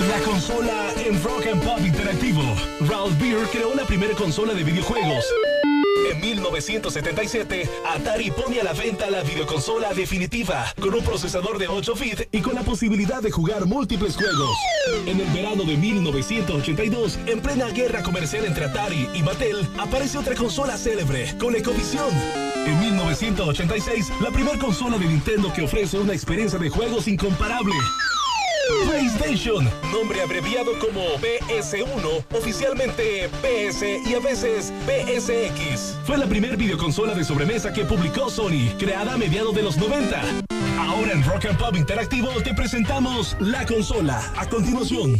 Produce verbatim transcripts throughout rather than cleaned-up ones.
La consola en Rock and Pop Interactivo. Ralph Beer creó la primera consola de videojuegos. En mil novecientos setenta y siete, Atari pone a la venta la videoconsola definitiva, con un procesador de ocho bits y con la posibilidad de jugar múltiples juegos. En el verano de mil novecientos ochenta y dos, en plena guerra comercial entre Atari y Mattel, aparece otra consola célebre, ColecoVision. En mil novecientos ochenta y seis, la primera consola de Nintendo que ofrece una experiencia de juegos incomparable. PlayStation, nombre abreviado como P S uno, oficialmente P S y a veces P S X. Fue la primera videoconsola de sobremesa que publicó Sony, creada a mediados de los noventa. Ahora en Rock and Pop Interactivo te presentamos la consola. A continuación.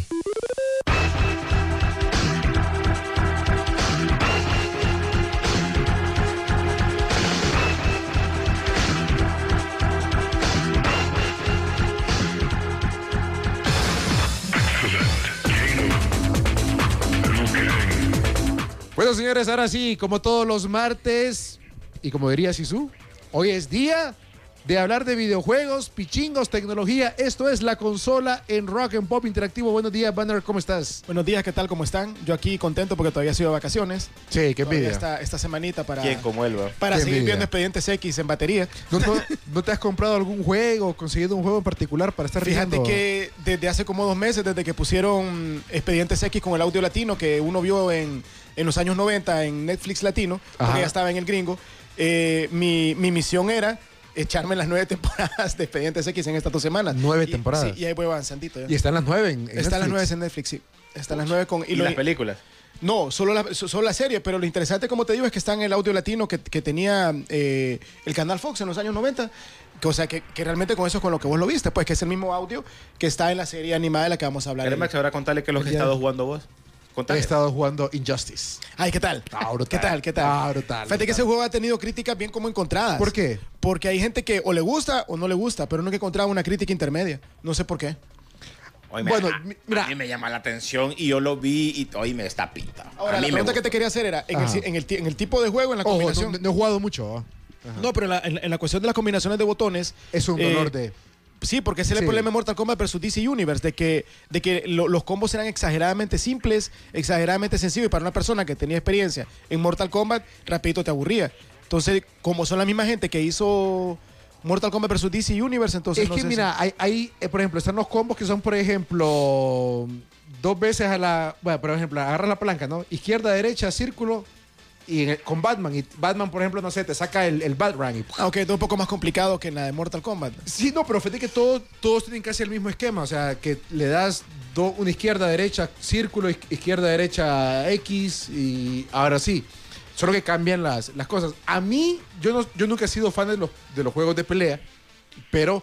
Bueno, señores, ahora sí, como todos los martes, y como diría Sisu, hoy es día de hablar de videojuegos, pichingos, tecnología. Esto es La Consola en Rock and Pop Interactivo. Buenos días, Banner, ¿cómo estás? Buenos días, ¿qué tal? ¿Cómo están? Yo aquí contento porque todavía he sido de vacaciones. Sí, qué envidia. Esta, esta semanita para, ¿Quién como él, va? para Qué seguir envidia. viendo Expedientes X en batería. ¿No, no, ¿No te has comprado algún juego, conseguido un juego en particular para estar Fíjate riendo? que desde hace como dos meses, desde que pusieron Expedientes X con el audio latino, que uno vio en, en los años noventa en Netflix latino, porque Ajá. ya estaba en el gringo, eh, mi, mi misión era echarme las nueve temporadas de Expedientes X en estas dos semanas. Nueve Y- temporadas. Sí, y ahí voy avanzandito. Ya. Y están las nueve en, en Están las Netflix. nueve en Netflix, sí. Están las nueve con... ¿Y lo- las películas? No, solo la, so- solo la serie, pero lo interesante, como te digo, es que está en el audio latino que, que tenía eh, el canal Fox en los años noventa. Que, o sea, que, que realmente con eso es con lo que vos lo viste, pues que es el mismo audio que está en la serie animada de la que vamos a hablar. Créeme el- que ahora contarle que es lo que el has día estado de- jugando vos. He Contale. estado jugando Injustice. Ay, ¿qué tal? Ah, brutal. ¿Qué tal? ¿Qué tal? Ah, brutal, Fíjate que brutal. ese juego ha tenido críticas bien como encontradas. ¿Por qué? Porque hay gente que o le gusta o no le gusta, pero no he encontrado una crítica intermedia. No sé por qué. Oíme, Bueno, a, mi- mira. a mí me llama la atención y yo lo vi y hoy me está pinta. Ahora, a la mí me pregunta que gusta. te quería hacer era, en el, Ajá. en, el, ti- en el tipo de juego, en la Ojo, combinación... no, no he jugado mucho. ¿ah? No, pero en la, en- en la cuestión de las combinaciones de botones... Es un eh, dolor de... Sí, porque ese es Sí. el problema de Mortal Kombat versus D C Universe, de que, de que lo- los combos eran exageradamente simples, exageradamente sencillos, y para una persona que tenía experiencia en Mortal Kombat, rapidito te aburría. Entonces, como son la misma gente que hizo Mortal Kombat versus D C Universe, entonces Es no que sé mira, hay, hay, eh, por ejemplo, están los combos que son, por ejemplo, dos veces a la... Bueno, por ejemplo, agarras la palanca, ¿no? Izquierda, derecha, círculo, y en el- con Batman. Y Batman, por ejemplo, no sé, te saca el, el Batarang y... si... Ah, ok, es un poco más complicado que en la de Mortal Kombat. Sí, no, pero fíjate que todo- todos tienen casi el mismo esquema. O sea, que le das do- una izquierda, derecha, círculo, iz- izquierda, derecha, X, y ahora sí. Solo que cambian las, las cosas. A mí, yo, no, yo nunca he sido fan de los, de los juegos de pelea, pero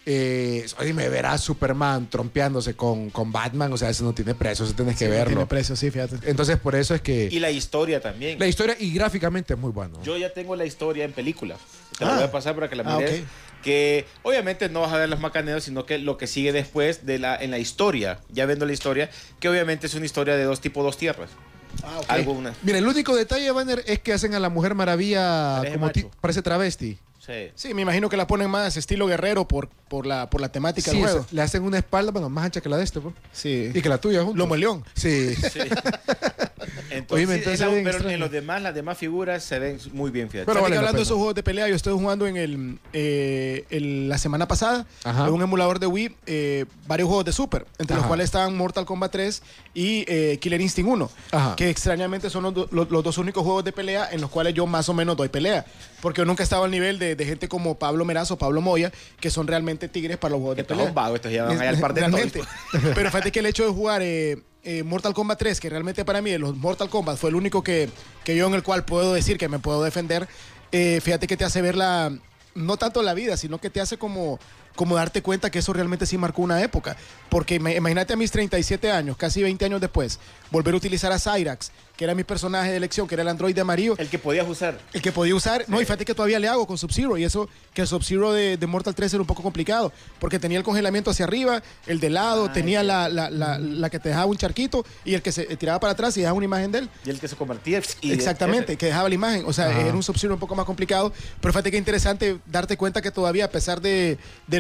eh, oye, me verás Superman trompeándose con, con Batman. O sea, eso no tiene precio, eso tienes que Sí, no verlo. tiene precio, sí, fíjate. Entonces, por eso es que Y la historia también. la historia y gráficamente es muy bueno. Yo ya tengo la historia en película. Te la Ah. voy a pasar para que la Ah, mires. ok. Que obviamente no vas a ver los macaneos, sino que lo que sigue después de la, en la historia, ya viendo la historia, que obviamente es una historia de dos tipos, dos tierras. Ah, ok. Alguna. Mira, el único detalle, Banner, es que hacen a la Mujer Maravilla Parece como ti- macho. parece travesti. Sí. Sí, me imagino que la ponen más estilo guerrero por, por, la, por la temática Sí, del o juego. sea, le hacen una espalda, bueno, más ancha que la de este, pues. Sí. Y que la tuya, junto. Lomo de león. Sí. Sí. Entonces, Oíme, entonces es la- se ven pero extraños. en los demás, las demás figuras se ven muy bien, fíjate. Pero Fíjate vale que la hablando de pena. esos juegos de pelea, yo estoy jugando en el, eh, el- la semana pasada Ajá. en un emulador de Wii eh, varios juegos de Super, entre los Ajá. cuales estaban Mortal Kombat tres y eh, Killer Instinct uno, Ajá. que extrañamente son los, do- los- los dos únicos juegos de pelea en los cuales yo más o menos doy pelea, porque yo nunca he estado al nivel de, de gente como Pablo Merazo, Pablo Moya, que son realmente tigres para los juegos Que de todos pelea. vagos, estos ya van allá al par de Realmente. todos. Pero fíjate que el hecho de jugar eh, eh, Mortal Kombat tres, que realmente para mí de los Mortal Kombat fue el único que, que yo en el cual puedo decir que me puedo defender, eh, fíjate que te hace ver la, no tanto la vida, sino que te hace como, como darte cuenta que eso realmente sí marcó una época. Porque ima- imagínate a mis treinta y siete años, casi veinte años después, volver a utilizar a Cyrax, que era mi personaje de elección, que era el androide amarillo, El que podías usar. el que podía usar, no, y fíjate que todavía le hago con Sub-Zero, y eso que el Sub-Zero de, de Mortal tres era un poco complicado, porque tenía el congelamiento hacia arriba, el de lado, Ah, tenía sí. la, la, la, la que te dejaba un charquito, y el que se tiraba para atrás y dejaba una imagen de él. Y el que se convertía. Y Exactamente, que dejaba la imagen, o sea, Ajá. era un Sub-Zero un poco más complicado, pero fíjate que interesante darte cuenta que todavía, a pesar de, de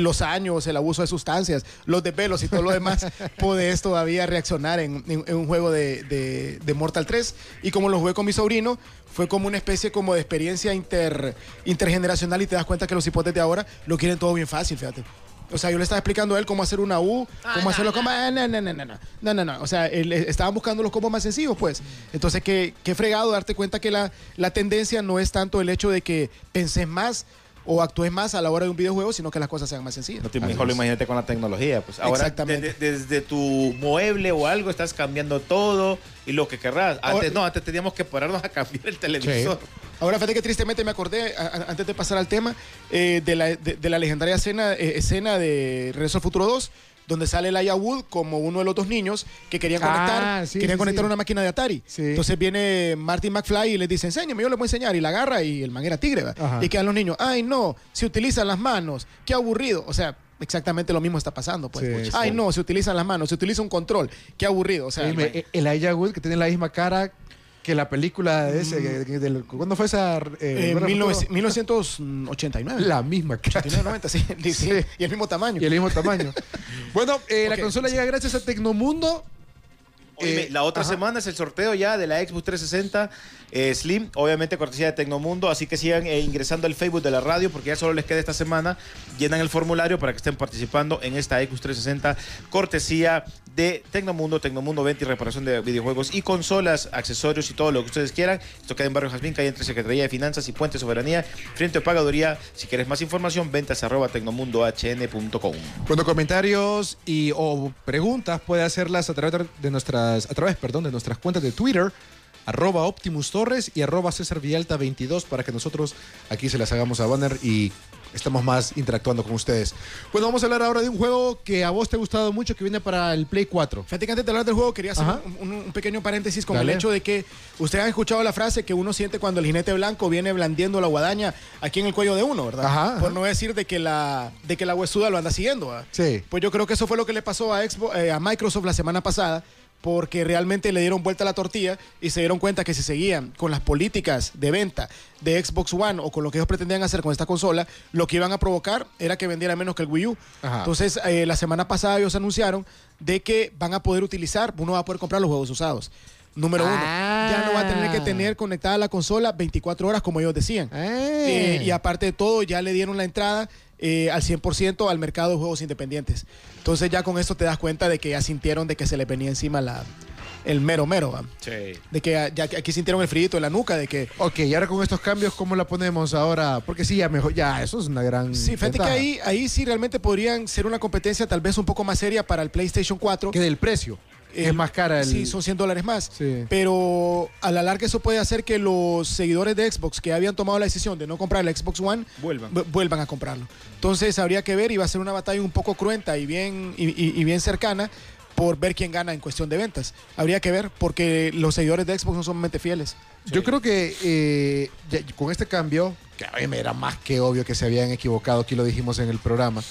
los años, el abuso de sustancias, los desvelos y todo lo demás, podés todavía reaccionar en, en, en un juego de, de, de Mortal tres. Y como lo jugué con mi sobrino, fue como una especie como de experiencia inter, intergeneracional y te das cuenta que los hipotes de ahora lo quieren todo bien fácil, fíjate. O sea, yo le estaba explicando a él cómo hacer una U, Ah, cómo no, hacerlo no. como... ah, No, no, no, no, no, no, no, no. O sea, él, eh, estaban buscando los combos más sencillos, pues. Entonces, qué, qué fregado darte cuenta que la, la tendencia no es tanto el hecho de que penses más o actúes más a la hora de un videojuego, sino que las cosas sean más sencillas. No te mejor lo imagínate con la tecnología. Pues ahora, Exactamente. desde, desde tu mueble o algo, estás cambiando todo y lo que querrás. Antes Ahora- no, antes teníamos que pararnos a cambiar el televisor. Ahora, fíjate que tristemente me acordé, a- a- antes de pasar al tema, eh, de, la, de, de la legendaria escena, eh, escena de Regreso al Futuro dos, donde sale Elijah Wood como uno de los dos niños que querían Ah, conectar, sí, querían sí, conectar sí. una máquina de Atari. Sí. Entonces viene Martin McFly y les dice, enséñame, yo les voy a enseñar. Y la agarra y el man era tigre, ¿va? Ajá. Y quedan los niños, ay no, se utilizan las manos, qué aburrido. O sea, exactamente lo mismo está pasando, pues. Sí, ay sí. no, se utilizan las manos, se utiliza un control, qué aburrido. O sea, Dime, el- el Elijah Wood, que tiene la misma cara que la película de ese. que- que del- ¿Cuándo fue esa? eh, Volver al mil Futuro? novecientos mil novecientos ochenta y nueve. La misma cara. ochenta y nueve, noventa, sí, sí, Sí. y el mismo tamaño. Y el mismo tamaño. Bueno, eh, la Ok, consola sí. llega gracias a Tecnomundo. Óyeme, Eh, la otra ajá. semana es el sorteo ya de la Xbox trescientos sesenta eh, Slim, obviamente cortesía de Tecnomundo, así que sigan eh, ingresando al Facebook de la radio porque ya solo les queda esta semana, llenan el formulario para que estén participando en esta Xbox trescientos sesenta cortesía de Tecnomundo, Tecnomundo venta y reparación de videojuegos y consolas, accesorios y todo lo que ustedes quieran. Esto queda en Barrio Jazmín, calle entre Secretaría de Finanzas y Puente Soberanía, frente a Pagaduría. Si quieres más información, ventas arroba tecnomundo h n punto com. Bueno, comentarios y o preguntas puede hacerlas a través de nuestras, a través, perdón, de nuestras cuentas de Twitter, arroba Optimus Torres y arroba César Villalta veintidós, para que nosotros aquí se las hagamos a Banner y estamos más interactuando con ustedes. Bueno, vamos a hablar ahora de un juego que a vos te ha gustado mucho, que viene para el Play cuatro. Fíjate que antes de hablar del juego quería hacer Ajá. un, un- un pequeño paréntesis con Dale. el hecho de que ustedes han escuchado la frase que uno siente cuando el jinete blanco viene blandiendo la guadaña aquí en el cuello de uno, ¿verdad? Ajá, Por ajá. no decir de que la de que la huesuda lo anda siguiendo. ¿verdad? Sí. Pues yo creo que eso fue lo que le pasó a, Xbox, eh, a Microsoft la semana pasada, porque realmente le dieron vuelta a la tortilla y se dieron cuenta que si seguían con las políticas de venta de Xbox One o con lo que ellos pretendían hacer con esta consola, lo que iban a provocar era que vendiera menos que el Wii U. Ajá. Entonces, eh, la semana pasada ellos anunciaron de que van a poder utilizar, uno va a poder comprar los juegos usados. Número uno, Ah. ya no va a tener que tener conectada la consola veinticuatro horas como ellos decían. Eh, y aparte de todo, ya le dieron la entrada eh, al cien por ciento al mercado de juegos independientes. Entonces ya con esto te das cuenta de que ya sintieron de que se les venía encima la, el mero mero. ¿va? Sí. De que ya, ya aquí sintieron el frío en la nuca, de que... Ok, y ahora con estos cambios, ¿cómo la ponemos ahora? Porque sí, ya mejor, ya, eso es una gran Sí, fíjate que ventaja. ahí, ahí sí realmente podrían ser una competencia tal vez un poco más seria para el PlayStation cuatro. Que del precio. Eh, es más cara el... Sí, son cien dólares más. Sí. Pero a la larga eso puede hacer que los seguidores de Xbox que habían tomado la decisión de no comprar el Xbox One Vuelvan. vu- vuelvan a comprarlo. Entonces habría que ver y va a ser una batalla un poco cruenta y bien, y, y- y bien cercana por ver quién gana en cuestión de ventas. Habría que ver porque los seguidores de Xbox no son sumamente fieles. Yo creo que eh, ya- con este cambio, que a mí me era más que obvio que se habían equivocado, aquí lo dijimos en el programa,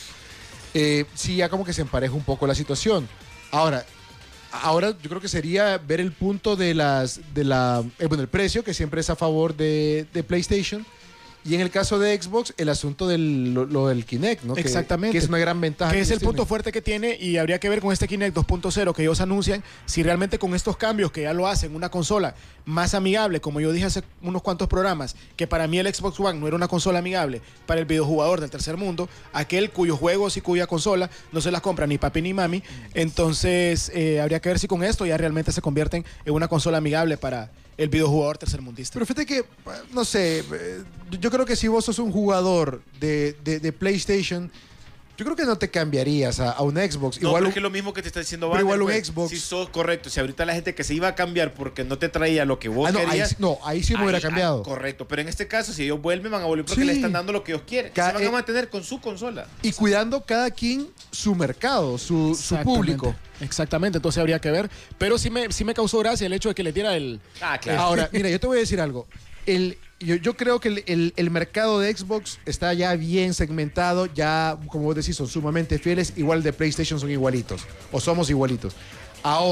eh, sí ya como que se empareja un poco la situación. Ahora, ahora yo creo que sería ver el punto de las, de la, eh, bueno, el precio, que siempre es a favor de, de PlayStation. Y en el caso de Xbox, el asunto del, lo, lo del Kinect, ¿no? Que- Exactamente. Que, es una gran ventaja. Que es el ellos punto tienen. fuerte que tiene y habría que ver con este Kinect dos punto cero que ellos anuncian si realmente con estos cambios que ya lo hacen una consola más amigable, como yo dije hace unos cuantos programas, que para mí el Xbox One no era una consola amigable para el videojugador del tercer mundo, aquel cuyos juegos y cuya consola no se las compra ni papi ni mami, entonces eh, habría que ver si con esto ya realmente se convierten en una consola amigable para el videojugador tercermundista. Pero fíjate que, no sé, eh, yo creo que si vos sos un jugador de, de- de PlayStation, yo creo que no te cambiarías a, a un Xbox. No, igual pero un- es que es lo mismo que te está diciendo pero Banner, igual un pues. Xbox. Si sos correcto, si ahorita la gente que se iba a cambiar porque no te traía lo que vos Ah, no, ahí, querías. sí- no, ahí sí me hubiera ahí- cambiado. ah, correcto, pero en este caso, si ellos vuelven, van a volver porque Sí. le están dando lo que ellos quieren. Ca- se van a eh, mantener con su consola. Y cuidando cada quien su mercado, su, su Exactamente. público. Exactamente, entonces habría que ver. Pero sí me, sí me causó gracia el hecho de que le diera el... Ah, claro. Ahora, mira, yo te voy a decir algo. El, yo, yo creo que el, el- el mercado de Xbox está ya bien segmentado, ya, como vos decís, son sumamente fieles, igual de PlayStation son igualitos, o somos igualitos. Ahora,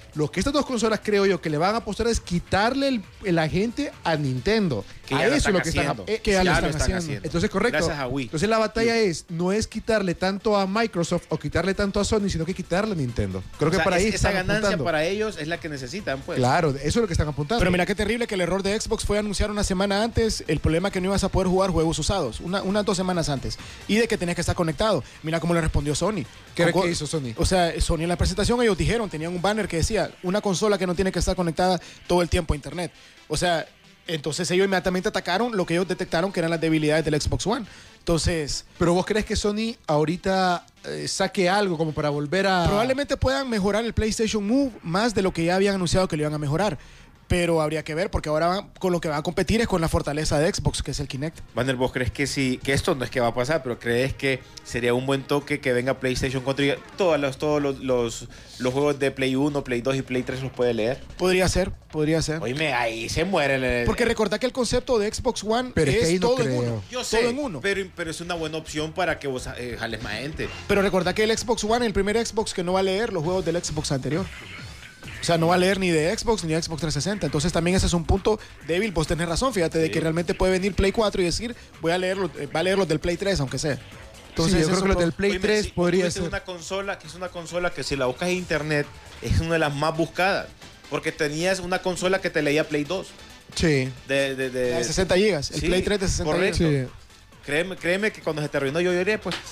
Lo que estas dos consolas creo yo que le van a apostar es quitarle el, el agente a Nintendo. Que a ya lo eso están es lo que haciendo. están, eh, que ya lo Ya están lo están haciendo. haciendo. Entonces, correcto. Gracias a Wii. Entonces la batalla es, no es quitarle tanto a Microsoft o quitarle tanto a Sony, sino que quitarle a Nintendo. Creo O que sea, para es- ahí esa están ganancia apuntando. para ellos es la que necesitan, pues. Claro, eso es lo que están apuntando. Pero mira qué terrible que el error de Xbox fue anunciar una semana antes el problema que no ibas a poder jugar juegos usados, una, unas dos semanas antes, y de que tenías que estar conectado. Mira cómo le respondió Sony. ¿Qué era Con- que hizo Sony? O sea, Sony en la presentación ellos dijeron, tenían un banner que decía, una consola que no tiene que estar conectada todo el tiempo a internet. O sea, entonces ellos inmediatamente atacaron lo que ellos detectaron que eran las debilidades del Xbox One. Entonces, Pero vos crees que Sony ahorita eh, saque algo como para volver a... probablemente puedan mejorar el PlayStation Move más de lo que ya habían anunciado que lo iban a mejorar. Pero habría que ver, porque ahora van- con lo que van a competir es con la fortaleza de Xbox, que es el Kinect. Banner, ¿vos crees que sí, que esto no es que va a pasar, pero crees que sería un buen toque que venga PlayStation contra y todos los, todos los, los, los juegos de Play uno, Play dos y Play tres los puede leer? Podría ser, podría ser. Oíme, ahí se muere el... el- Porque recordá que el concepto de Xbox One Pero es es, que ahí no todo en creo. uno. Yo todo sé, en uno. Pero, pero es una buena opción para que vos eh, jales más gente. Pero recordá que el Xbox One, el primer Xbox que no va a leer los juegos del Xbox anterior. O sea, no va a leer ni de Xbox ni de Xbox trescientos sesenta. Entonces también ese es un punto débil. Vos tenés razón, fíjate, de Sí. que realmente puede venir Play cuatro y decir, voy a leer los, eh, va a leer los del Play tres, aunque sea. Entonces, Sí, yo ese creo es que un los del pro- Play Oíme, tres si podría tuviste ser. una consola que es una consola que si la buscas en internet es una de las más buscadas. Porque tenías una consola que te leía Play dos. Sí. De, de, de- la de sesenta gigas. El Sí, Play tres de sesenta correcto. gigas. Sí. Créeme, créeme que cuando se te arruinó yo lloré, pues.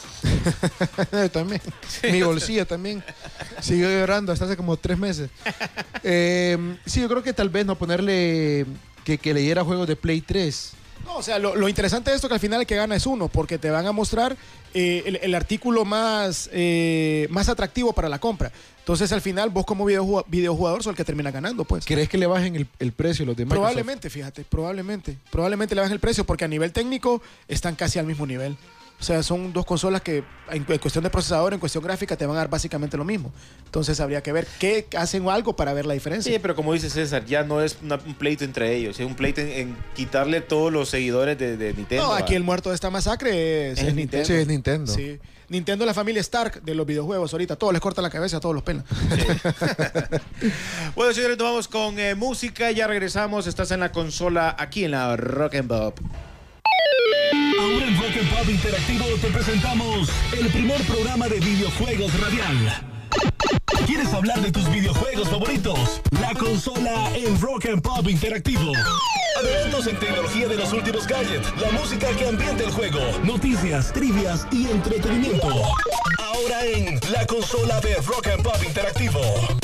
Yo también. Mi bolsillo también. Siguió llorando hasta hace como tres meses. Eh, sí, yo creo que tal vez no ponerle que, que leyera juegos de Play tres. No, o sea, lo, lo interesante de esto es que al final el que gana es uno, porque te van a mostrar eh, el, el artículo más, eh, más atractivo para la compra. Entonces, al final, vos como videoju- videojugador sos el que termina ganando, pues. ¿Crees que le bajen el, el precio a los de Microsoft? Probablemente, fíjate, probablemente. Probablemente le bajen el precio porque a nivel técnico están casi al mismo nivel. O sea, son dos consolas que en, en cuestión de procesador, en cuestión gráfica, te van a dar básicamente lo mismo. Entonces habría que ver qué hacen algo para ver la diferencia. Sí, pero como dice César, ya no es una- un pleito entre ellos, es un pleito en, en quitarle todos los seguidores de, de Nintendo. No, aquí ¿va? el muerto de esta masacre es, Es es Nintendo. Sí, Nintendo. es Nintendo. Sí. Nintendo es la familia Stark de los videojuegos ahorita. Todos les cortan la cabeza, a todos los pelan. Bueno, señores, nos vamos con eh, música. Ya regresamos. Estás en la consola aquí en la Rock and Pop. Ahora en Rock and Pop Interactivo te presentamos el primer programa de videojuegos radial. ¿Quieres hablar de tus videojuegos favoritos? La consola en Rock and Pop Interactivo. Adelantos en tecnología de los últimos gadgets, la música que ambienta el juego, noticias, trivias y entretenimiento. Ahora en la consola de Rock and Pop Interactivo.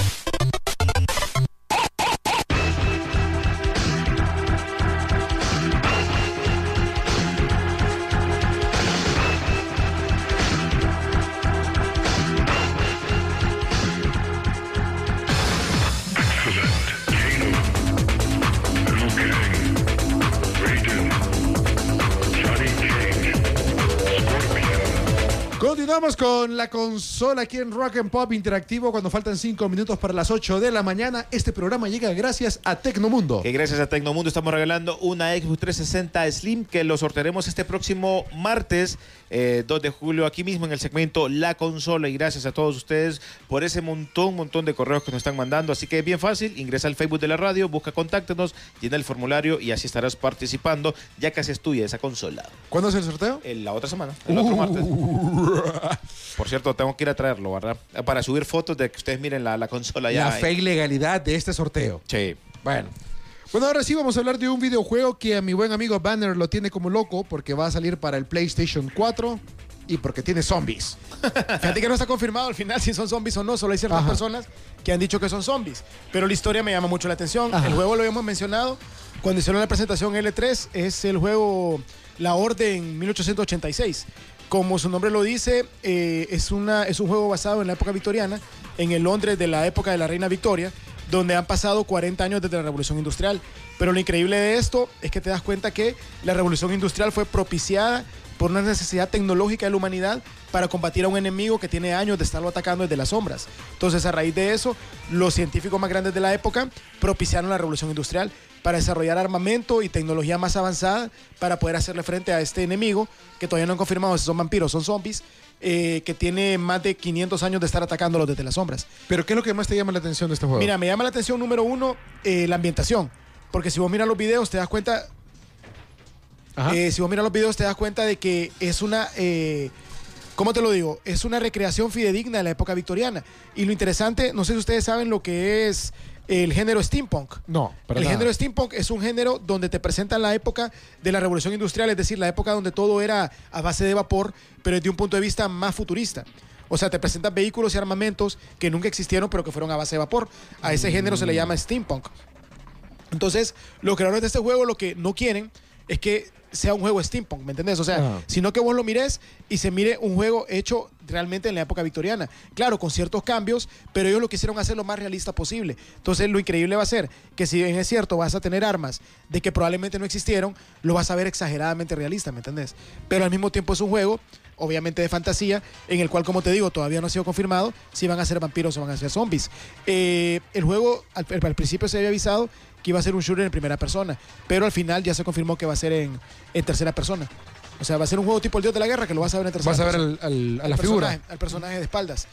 Continuamos con la consola aquí en Rock and Pop Interactivo cuando faltan cinco minutos para las ocho de la mañana. Este programa llega gracias a Tecnomundo. Que gracias a Tecnomundo estamos regalando una Xbox trescientos sesenta Slim que lo sortearemos este próximo martes eh, dos de julio aquí mismo en el segmento La Consola. Y gracias a todos ustedes por ese montón, montón de correos que nos están mandando. Así que es bien fácil, ingresa al Facebook de la radio, busca contáctenos, llena el formulario y así estarás participando ya casi es tuya esa consola. ¿Cuándo es el sorteo? En la otra semana, el otro martes. Por cierto, tengo que ir a traerlo, ¿verdad? Para subir fotos de que ustedes miren la, la consola ya. La fe y legalidad de este sorteo. Sí. Bueno. Bueno, ahora sí vamos a hablar de un videojuego que a mi buen amigo Banner lo tiene como loco porque va a salir para el PlayStation cuatro y porque tiene zombies. Fíjate que no está confirmado al final si son zombies o no, solo hay ciertas Ajá. personas que han dicho que son zombies. Pero la historia me llama mucho la atención. Ajá. El juego lo habíamos mencionado cuando hicieron la presentación L tres, es el juego La Orden mil ochocientos ochenta y seis. Como su nombre lo dice, eh, es, una, es un juego basado en la época victoriana, en el Londres de la época de la Reina Victoria, donde han pasado cuarenta años desde la Revolución Industrial. Pero lo increíble de esto es que te das cuenta que la Revolución Industrial fue propiciada por una necesidad tecnológica de la humanidad para combatir a un enemigo que tiene años de estarlo atacando desde las sombras. Entonces, a raíz de eso, los científicos más grandes de la época propiciaron la Revolución Industrial para desarrollar armamento y tecnología más avanzada para poder hacerle frente a este enemigo, que todavía no han confirmado si son vampiros o son zombies, eh, que tiene más de quinientos años de estar atacándolos desde las sombras. ¿Pero qué es lo que más te llama la atención de este juego? Mira, me llama la atención número uno, eh, la ambientación. Porque si vos miras los videos, te das cuenta... Eh, si vos miras los videos, te das cuenta de que es una... Eh, ¿Cómo te lo digo? Es una recreación fidedigna de la época victoriana. Y lo interesante, no sé si ustedes saben lo que es el género steampunk. No, para El nada. género steampunk es un género donde te presentan la época de la revolución industrial, es decir, la época donde todo era a base de vapor, pero desde un punto de vista más futurista. O sea, te presentan vehículos y armamentos que nunca existieron, pero que fueron a base de vapor. A ese género se le llama steampunk. Entonces, los creadores de este juego lo que no quieren es que sea un juego steampunk, ¿me entendés? O sea, Ajá. sino que vos lo mires y se mire un juego hecho realmente en la época victoriana. Claro, con ciertos cambios, pero ellos lo quisieron hacer lo más realista posible. Entonces, lo increíble va a ser que si bien es cierto, vas a tener armas de que probablemente no existieron, lo vas a ver exageradamente realista, ¿me entendés? Pero al mismo tiempo es un juego, obviamente de fantasía, en el cual, como te digo, todavía no ha sido confirmado si van a ser vampiros o van a ser zombies. Eh, el juego, al, al principio se había avisado que iba a ser un shooter en primera persona, pero al final ya se confirmó que va a ser en, en tercera persona. O sea, va a ser un juego tipo el Dios de la Guerra que lo vas a ver en tercera Vas a ver persona. al, al- a Al la figura. personaje, al personaje de espaldas.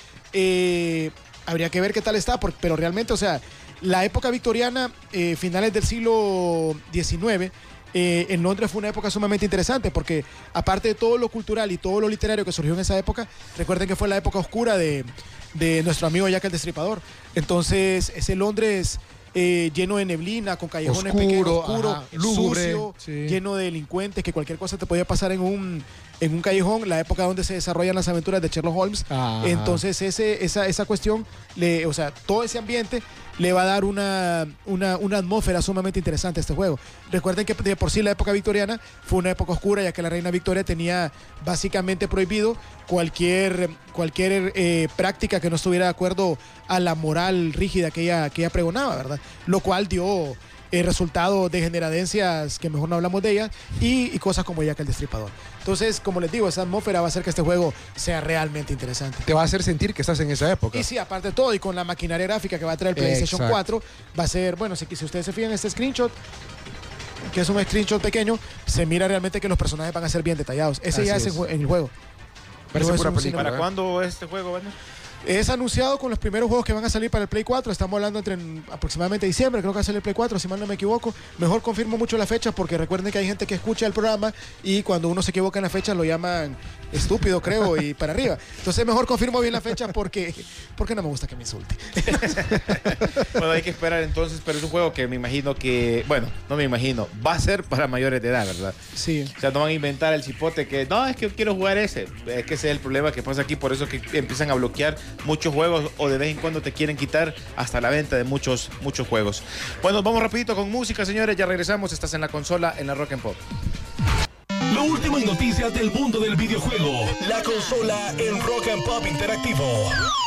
Eh, habría que ver qué tal está, por- pero realmente, o sea, la época victoriana, eh, finales del siglo diecinueve, eh, en Londres fue una época sumamente interesante porque aparte de todo lo cultural y todo lo literario que surgió en esa época, recuerden que fue la época oscura de, de nuestro amigo Jack el Destripador. Entonces, ese Londres... Eh, lleno de neblina, con callejones Oscuro, pequeños, oscuro, ajá, lúgubre, sucio, sí. lleno de delincuentes, que cualquier cosa te podía pasar en un, en un callejón, la época donde se desarrollan las aventuras de Sherlock Holmes. Ajá. Entonces ese, esa, esa cuestión, le, o sea, todo ese ambiente le va a dar una, una, una atmósfera sumamente interesante a este juego. Recuerden que de por sí la época victoriana fue una época oscura, ya que la reina Victoria tenía básicamente prohibido cualquier, cualquier eh, práctica que no estuviera de acuerdo a la moral rígida que ella, que ella pregonaba, ¿verdad? Lo cual dio eh, resultado de generadencias que mejor no hablamos de ellas y, y cosas como Jack el Destripador. Entonces, como les digo, esa atmósfera va a hacer que este juego sea realmente interesante. Te va a hacer sentir que estás en esa época. Y sí, aparte de todo, y con la maquinaria gráfica que va a traer el PlayStation Exacto. cuatro, va a ser, bueno, si, si ustedes se fijan en este screenshot, que es un screenshot pequeño, se mira realmente que los personajes van a ser bien detallados. Ese Así ya es, es. en, jue- en el juego. Parece No es pura un película. ¿Para ¿eh? cuándo es este juego, bueno? Es anunciado con los primeros juegos que van a salir para el Play cuatro. Estamos hablando entre en aproximadamente diciembre, creo que va a salir el Play cuatro, si mal no me equivoco. Mejor confirmo mucho la fecha porque recuerden que hay gente que escucha el programa y cuando uno se equivoca en la fecha lo llaman estúpido, creo, y para arriba. Entonces mejor confirmo bien la fecha porque, porque no me gusta que me insulte. Bueno, hay que esperar entonces, pero es un juego que me imagino que, bueno, no me imagino, va a ser para mayores de edad, ¿verdad? Sí. O sea, no van a inventar el cipote que, no, es que quiero jugar ese. Es que ese es el problema que pasa aquí, por eso que empiezan a bloquear muchos juegos o de vez en cuando te quieren quitar hasta la venta de muchos, muchos juegos. Bueno, vamos rapidito con música, señores, ya regresamos, estás en la consola, en la Rock and Pop. Lo último en noticias del mundo del videojuego. La consola en Rock and Pop Interactivo.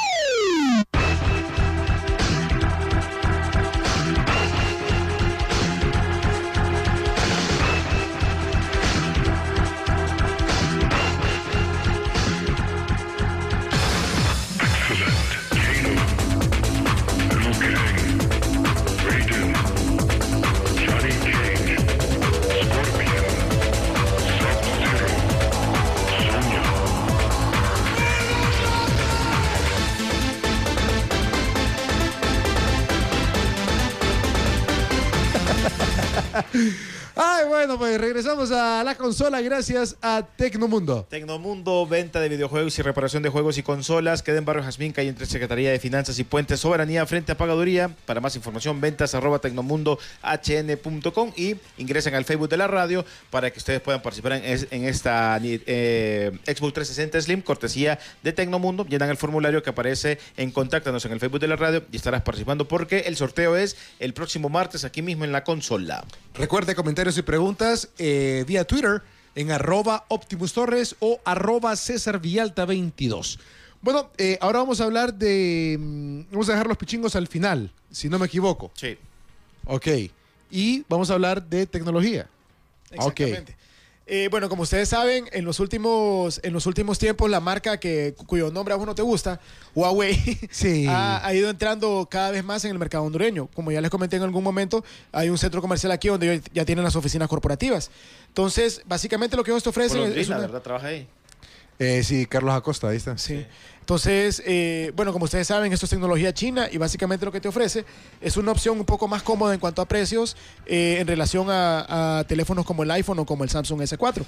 Ay, bueno, pues regresamos a la consola gracias a Tecnomundo. Tecnomundo, venta de videojuegos y reparación de juegos y consolas. Queda en Barrio Jazmín, calle entre Secretaría de Finanzas y Puente Soberanía, frente a Pagaduría. Para más información, ventas arroba tecnomundo h n punto com y ingresen al Facebook de la radio para que ustedes puedan participar en, es- en esta eh, Xbox trescientos sesenta Slim, cortesía de Tecnomundo. Llenan el formulario que aparece en Contáctanos en el Facebook de la radio y estarás participando porque el sorteo es el próximo martes aquí mismo en la consola. Recuerde comentarios y preguntas eh, vía Twitter en arroba Optimus Torres o arroba César Villalta veintidós. Bueno, eh, ahora vamos a hablar de... mm, Vamos a dejar los pichingos al final, si no me equivoco. Sí. Ok. Y vamos a hablar de tecnología. Exactamente. Eh, bueno, como ustedes saben, en los últimos, en los últimos tiempos, la marca que, cuyo nombre a vos no te gusta, Huawei, Sí. ha, ha ido entrando cada vez más en el mercado hondureño. Como ya les comenté en algún momento, hay un centro comercial aquí donde ellos ya tienen las oficinas corporativas. Entonces, básicamente lo que ellos te ofrecen es Golondrina, una... ¿verdad? Trabaja ahí. Eh, sí, Carlos Acosta, ahí está. Sí. Entonces, eh, bueno, como ustedes saben, esto es tecnología china y básicamente lo que te ofrece es una opción un poco más cómoda en cuanto a precios eh, en relación a, a teléfonos como el iPhone o como el Samsung ese cuatro.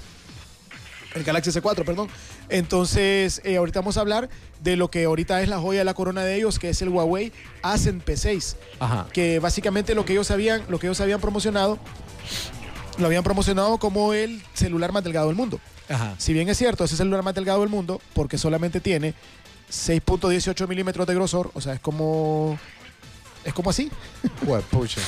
El Galaxy ese cuatro, perdón. Entonces, eh, ahorita vamos a hablar de lo que ahorita es la joya de la corona de ellos, que es el Huawei Ascend P seis. Ajá. Que básicamente lo que ellos habían, lo que ellos habían promocionado, lo habían promocionado como el celular más delgado del mundo. Ajá. Si bien es cierto, es el celular más delgado del mundo, porque solamente tiene seis punto dieciocho milímetros de grosor, o sea, es como. Es como así. Bueno, pucha.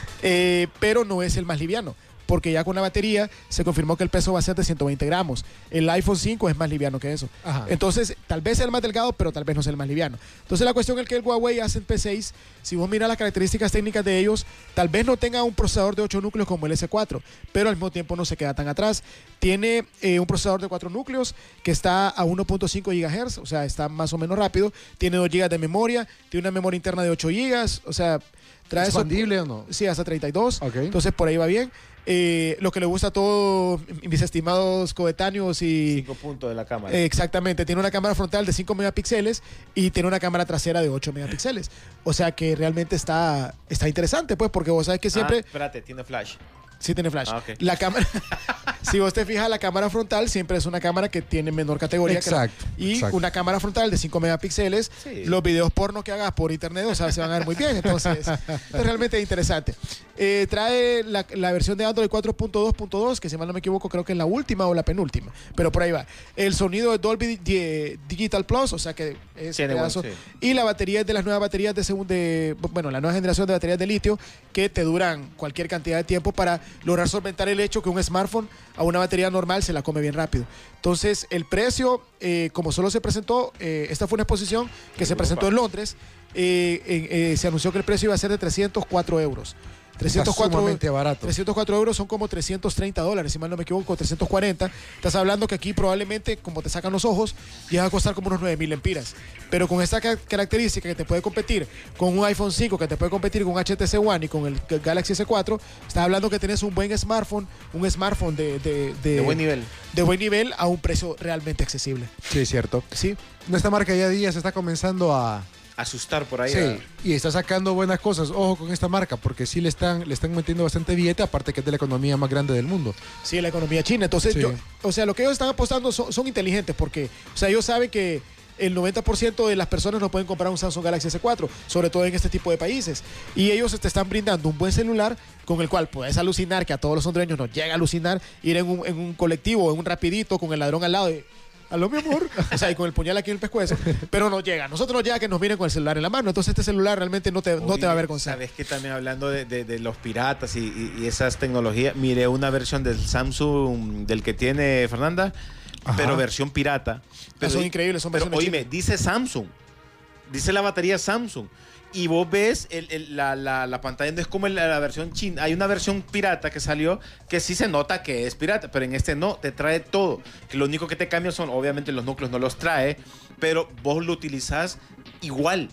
Eh, pero no es el más liviano, porque ya con la batería se confirmó que el peso va a ser de ciento veinte gramos. El iPhone cinco es más liviano que eso. Ajá. Entonces, tal vez sea el más delgado, pero tal vez no sea el más liviano. Entonces, la cuestión es que el Huawei Ascend P seis, si vos miras las características técnicas de ellos, tal vez no tenga un procesador de ocho núcleos como el ese cuatro, pero al mismo tiempo no se queda tan atrás. Tiene eh, un procesador de cuatro núcleos que está a uno punto cinco gigahertz, o sea, está más o menos rápido. Tiene dos gigas de memoria, tiene una memoria interna de ocho gigas, o sea, trae ¿Expandible eso, o no? Sí, hasta treinta y dos. Okay. Entonces, por ahí va bien. Eh, lo que le gusta a todos mis estimados coetáneos y Cinco puntos de la cámara. eh, exactamente, tiene una cámara frontal de cinco megapíxeles y tiene una cámara trasera de ocho megapíxeles, o sea que realmente está, está interesante, pues, porque vos sabes que siempre Ah, espérate, tiene flash. sí tiene flash. Ah, ok. La cámara, si vos te fijas, la cámara frontal siempre es una cámara que tiene menor categoría. Exacto, Que la, y exacto. una cámara frontal de cinco megapíxeles, Sí. los videos porno que hagas por internet, o sea, se van a ver muy bien. Entonces, es realmente interesante. Eh, trae la, la versión de Android cuatro punto dos punto dos, que si mal no me equivoco, creo que es la última o la penúltima, pero por ahí va. El sonido de Dolby Di- Digital Plus, o sea que es Tiene pedazo. buen- sí. Y la batería es de las nuevas baterías de segundo, bueno, la nueva generación de baterías de litio que te duran cualquier cantidad de tiempo para lograr solventar el hecho que un smartphone a una batería normal se la come bien rápido. Entonces, el precio, eh, como solo se presentó, eh, esta fue una exposición que se Europa. presentó en Londres, eh, en- eh, se anunció que el precio iba a ser de trescientos cuatro euros. trescientos cuatro, sumamente barato. trescientos cuatro euros son como trescientos treinta dólares, si mal no me equivoco, trescientos cuarenta. Estás hablando que aquí probablemente, como te sacan los ojos, llega a costar como unos nueve mil lempiras. Pero con esta ca- característica que te puede competir con un iPhone cinco, que te puede competir con un H T C One y con el G- Galaxy ese cuatro, estás hablando que tienes un buen smartphone, un smartphone de, de, de, De buen nivel. de buen nivel a un precio realmente accesible. Sí, es cierto. ¿Sí? Esta marca ya día se está comenzando a... Asustar por ahí. Sí, ¿verdad? y está sacando buenas cosas. Ojo con esta marca, porque sí le están, le están metiendo bastante billete, aparte que es de la economía más grande del mundo. Sí, la economía china. Entonces, Sí. yo, o sea, lo que ellos están apostando son, son inteligentes porque, o sea, ellos saben que el noventa por ciento de las personas no pueden comprar un Samsung Galaxy ese cuatro, sobre todo en este tipo de países. Y ellos te están brindando un buen celular con el cual puedes alucinar, que a todos los hondureños nos llega a alucinar, ir en un, en un colectivo, en un rapidito, con el ladrón al lado y... Aló, mi amor. O sea, y con el puñal aquí en el pescuezo. Pero no llega. Nosotros nos llega que nos miren con el celular en la mano. Entonces, este celular realmente no te, no te va a Oye, avergonzar. Sabes que también hablando de, de- de los piratas y, y- y esas tecnologías, miré una versión del Samsung del que tiene Fernanda, Ajá. pero versión pirata. Pero, son increíbles, son Pero versiones oíme, dice Samsung, dice la batería Samsung. Y vos ves el- el- la, la- la pantalla, no es como la, la versión china. Hay una versión pirata que salió que sí se nota que es pirata, pero en este no, te trae todo. Que lo único que te cambia son, obviamente los núcleos no los trae, pero vos lo utilizás igual.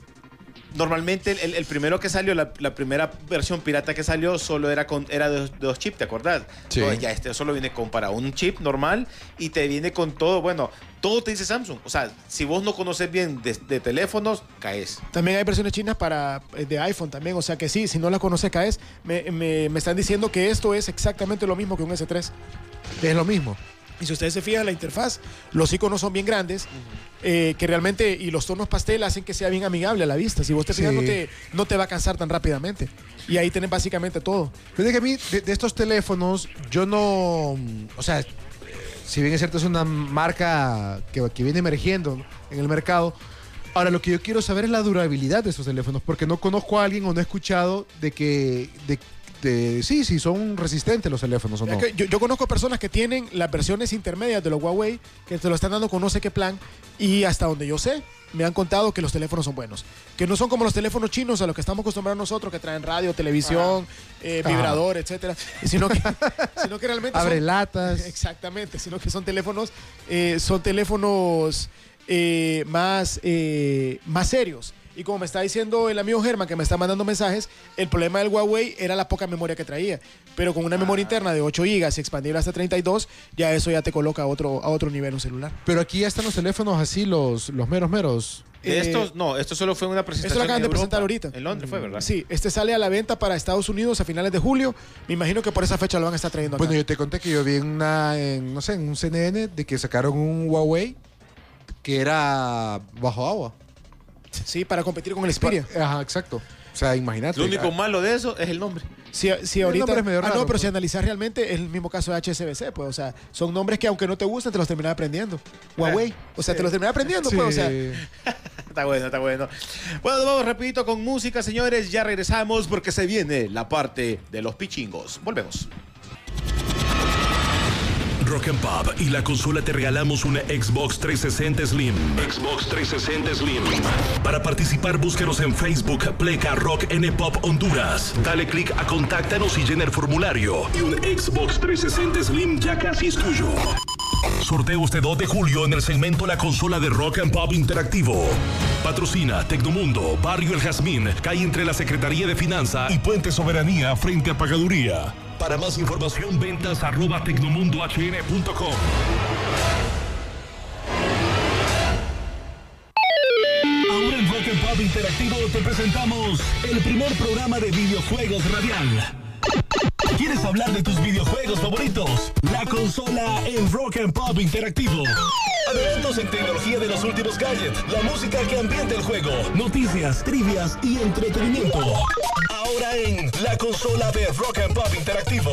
Normalmente el, el primero que salió, la, la primera versión pirata que salió, solo era con era de dos, de dos chips, ¿te acordás? Sí. No, ya este solo viene con para un chip normal y te viene con todo, bueno, todo te dice Samsung. O sea, si vos no conoces bien de, de teléfonos, caes. También hay versiones chinas para eh, de iPhone también, o sea que sí, si no la conoces caes. Me, me, me están diciendo que esto es exactamente lo mismo que un ese tres. Es lo mismo. Y si ustedes se fijan, la interfaz, los iconos son bien grandes, eh, que realmente, y los tonos pastel hacen que sea bien amigable a la vista. Si vos te fijas, Sí. no, te, no te va a cansar tan rápidamente. Y ahí tienen básicamente todo. Fíjate que a mí, de, de estos teléfonos, yo no. O sea, eh, si bien es cierto, es una marca que, que viene emergiendo en el mercado. Ahora, lo que yo quiero saber es la durabilidad de esos teléfonos, porque no conozco a alguien o no he escuchado de que. De, de- sí, sí, son resistentes los teléfonos o no. Es que yo, yo conozco personas que tienen las versiones intermedias de los Huawei, que te lo están dando con no sé qué plan, y hasta donde yo sé, me han contado que los teléfonos son buenos. Que no son como los teléfonos chinos a los que estamos acostumbrados nosotros, que traen radio, televisión, eh, Ajá. vibrador, etcétera, sino que, sino que realmente Abre son- latas. Exactamente, sino que son teléfonos, eh, son teléfonos eh, más, eh, más serios. Y como me está diciendo el amigo Germán, que me está mandando mensajes, el problema del Huawei era la poca memoria que traía. Pero con una ah. memoria interna de ocho gigas y expandible hasta treinta y dos, ya eso ya te coloca a otro, a otro nivel un celular. Pero aquí ya están los teléfonos así, los, los meros meros. De estos, no, esto solo fue una presentación. Esto lo acaban de Europa, presentar ahorita. En Londres fue, ¿verdad? Sí, este sale a la venta para Estados Unidos a finales de julio. Me imagino que por esa fecha lo van a estar trayendo acá. Bueno, yo te conté que yo vi en una, en, no sé, en un C N N de que sacaron un Huawei que era bajo agua. Sí, para competir con el Xperia. Ajá, exacto. O sea, imagínate. Lo único ah, malo de eso es el nombre. Si, si ahorita, es medio ah, raro, no, pero pues. si analizas realmente es el mismo caso de H S B C, pues, o sea, son nombres que aunque no te gusten te los terminas aprendiendo. Huawei, o sea, sí. te los terminas aprendiendo, Sí. pues, o sea. Está bueno, está bueno. Bueno, vamos rapidito con música, señores. Ya regresamos porque se viene la parte de los pichingos. Volvemos. Rock and Pop y la consola te regalamos una Xbox trescientos sesenta Slim. Xbox trescientos sesenta Slim. Para participar, búsquenos en Facebook, Pleca Rock N Pop Honduras. Dale click a Contáctanos y llena el formulario. Y un Xbox trescientos sesenta Slim ya casi es tuyo. Sorteo este dos de julio en el segmento La Consola de Rock and Pop Interactivo. Patrocina Tecnomundo, Barrio El Jazmín, calle entre la Secretaría de Finanza y Puente Soberanía frente a Pagaduría. Para más información, ventas arroba tecnomundo h n punto com. Ahora en Rock and Pop Interactivo te presentamos el primer programa de videojuegos radial. ¿Quieres hablar de tus videojuegos favoritos? La consola en Rock and Pop Interactivo. Adelantos en tecnología de los últimos gadgets, la música que ambienta el juego, noticias, trivias y entretenimiento. Ahora en la consola de Rock and Pop Interactivo.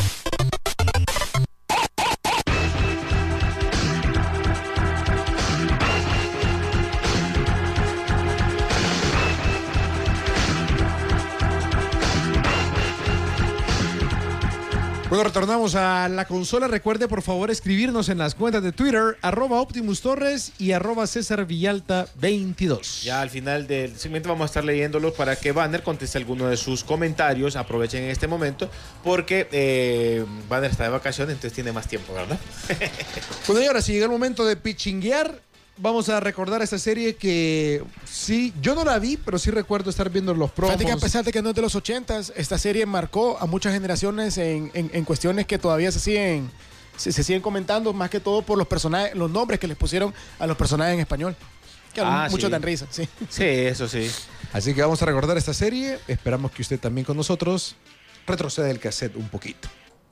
Bueno, retornamos a la consola. Recuerde, por favor, escribirnos en las cuentas de Twitter, arroba Optimus Torres y arroba César Villalta veintidós. Ya al final del segmento vamos a estar leyéndolos para que Banner conteste alguno de sus comentarios. Aprovechen en este momento porque eh, Banner está de vacaciones, entonces tiene más tiempo, ¿verdad? Bueno, y ahora si llega el momento de pichinguear, vamos a recordar esta serie que sí, yo no la vi, pero sí recuerdo estar viendo los promos. Fíjate que a pesar de que no es de los ochentas, esta serie marcó a muchas generaciones en, en, en cuestiones que todavía se siguen, se, se siguen comentando, más que todo por los personajes, los nombres que les pusieron a los personajes en español. Que Ah, muchos sí. dan risa, sí. Sí, eso sí. Así que vamos a recordar esta serie. Esperamos que usted también con nosotros retroceda el cassette un poquito.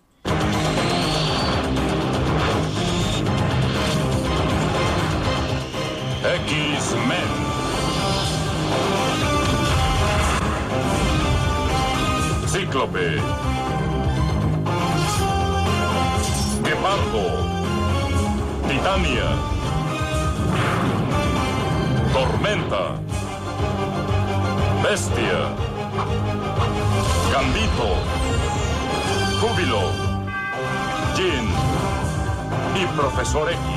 X-Men. Cíclope. Guepardo. Titania. Tormenta. Bestia. Gambito. Júbilo. Jean. Y Profesor X.